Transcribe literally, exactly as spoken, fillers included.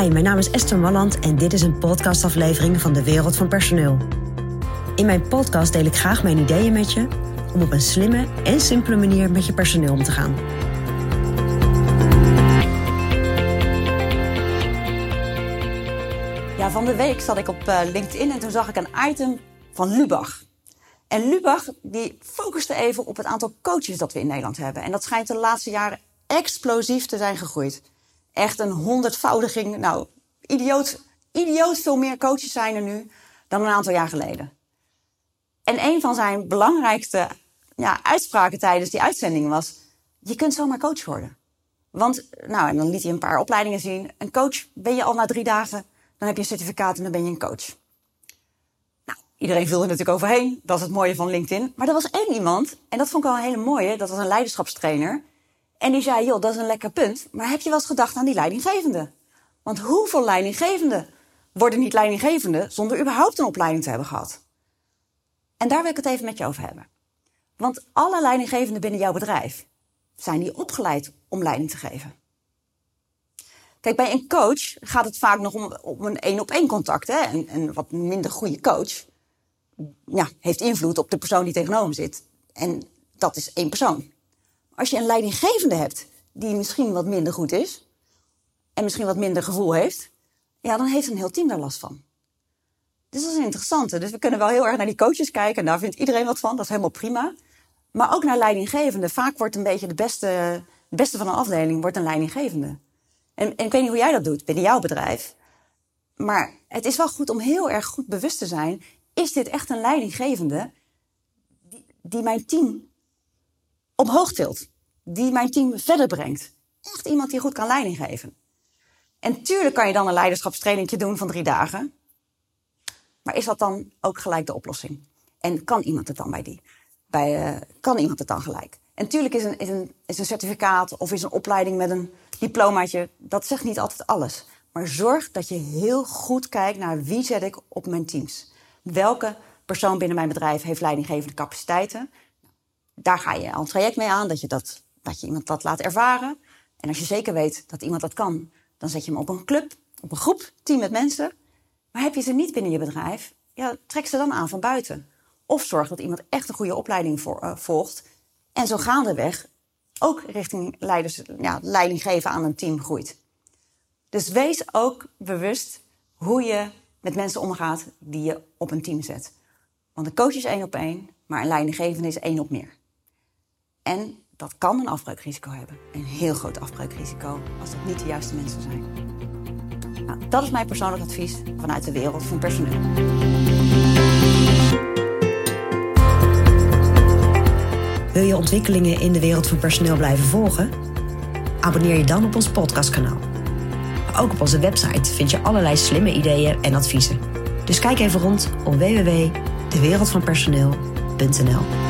Hi, mijn naam is Esther Malland en dit is een podcastaflevering van De Wereld van Personeel. In mijn podcast deel ik graag mijn ideeën met je om op een slimme en simpele manier met je personeel om te gaan. Ja, van de week zat ik op uh, LinkedIn en toen zag ik een item van Lubach. En Lubach die focuste even op het aantal coaches dat we in Nederland hebben. En dat schijnt de laatste jaren explosief te zijn gegroeid. Echt een honderdvoudiging. Nou, idioot, idioot veel meer coaches zijn er nu dan een aantal jaar geleden. En een van zijn belangrijkste ja, uitspraken tijdens die uitzending was: je kunt zomaar coach worden. Want, nou, en dan liet hij een paar opleidingen zien. Een coach ben je al na drie dagen, dan heb je een certificaat en dan ben je een coach. Nou, iedereen viel er natuurlijk overheen. Dat is het mooie van LinkedIn. Maar er was één iemand, en dat vond ik wel een hele mooie, dat was een leiderschapstrainer. En die zei, joh, dat is een lekker punt, maar heb je wel eens gedacht aan die leidinggevende? Want hoeveel leidinggevenden worden niet leidinggevende zonder überhaupt een opleiding te hebben gehad? En daar wil ik het even met je over hebben. Want alle leidinggevenden binnen jouw bedrijf, zijn die opgeleid om leiding te geven? Kijk, bij een coach gaat het vaak nog om, om een één-op-één contact. Hè? En een wat minder goede coach ja, heeft invloed op de persoon die tegenover hem zit. En dat is één persoon. Als je een leidinggevende hebt die misschien wat minder goed is en misschien wat minder gevoel heeft, ja, dan heeft een heel team daar last van. Dus dat is een interessante. Dus we kunnen wel heel erg naar die coaches kijken en daar vindt iedereen wat van. Dat is helemaal prima. Maar ook naar leidinggevende. Vaak wordt een beetje de beste, de beste van een afdeling wordt een leidinggevende. En, en ik weet niet hoe jij dat doet binnen jouw bedrijf. Maar het is wel goed om heel erg goed bewust te zijn. Is dit echt een leidinggevende die, die mijn team omhoog tilt? Die mijn team verder brengt? Echt iemand die goed kan leiding geven. En tuurlijk kan je dan een leiderschapstrainingje doen van drie dagen. Maar is dat dan ook gelijk de oplossing? En kan iemand het dan bij die? Bij, uh, kan iemand het dan gelijk? En tuurlijk is een, is, een, is een certificaat of is een opleiding met een diplomaatje, dat zegt niet altijd alles. Maar zorg dat je heel goed kijkt naar wie zet ik op mijn teams. Welke persoon binnen mijn bedrijf heeft leidinggevende capaciteiten? Daar ga je al een traject mee aan, dat je, dat, dat je iemand dat laat ervaren. En als je zeker weet dat iemand dat kan, dan zet je hem op een club, op een groep, team met mensen. Maar heb je ze niet binnen je bedrijf, ja, trek ze dan aan van buiten. Of zorg dat iemand echt een goede opleiding voor, uh, volgt. En zo gaandeweg ook richting leiders, ja, leiding geven aan een team groeit. Dus wees ook bewust hoe je met mensen omgaat die je op een team zet. Want een coach is één op één, maar een leidinggevende is één op meer. En dat kan een afbreukrisico hebben. Een heel groot afbreukrisico als dat niet de juiste mensen zijn. Nou, dat is mijn persoonlijk advies vanuit de wereld van personeel. Wil je ontwikkelingen in de wereld van personeel blijven volgen? Abonneer je dan op ons podcastkanaal. Maar ook op onze website vind je allerlei slimme ideeën en adviezen. Dus kijk even rond op w w w punt de wereld van personeel punt n l.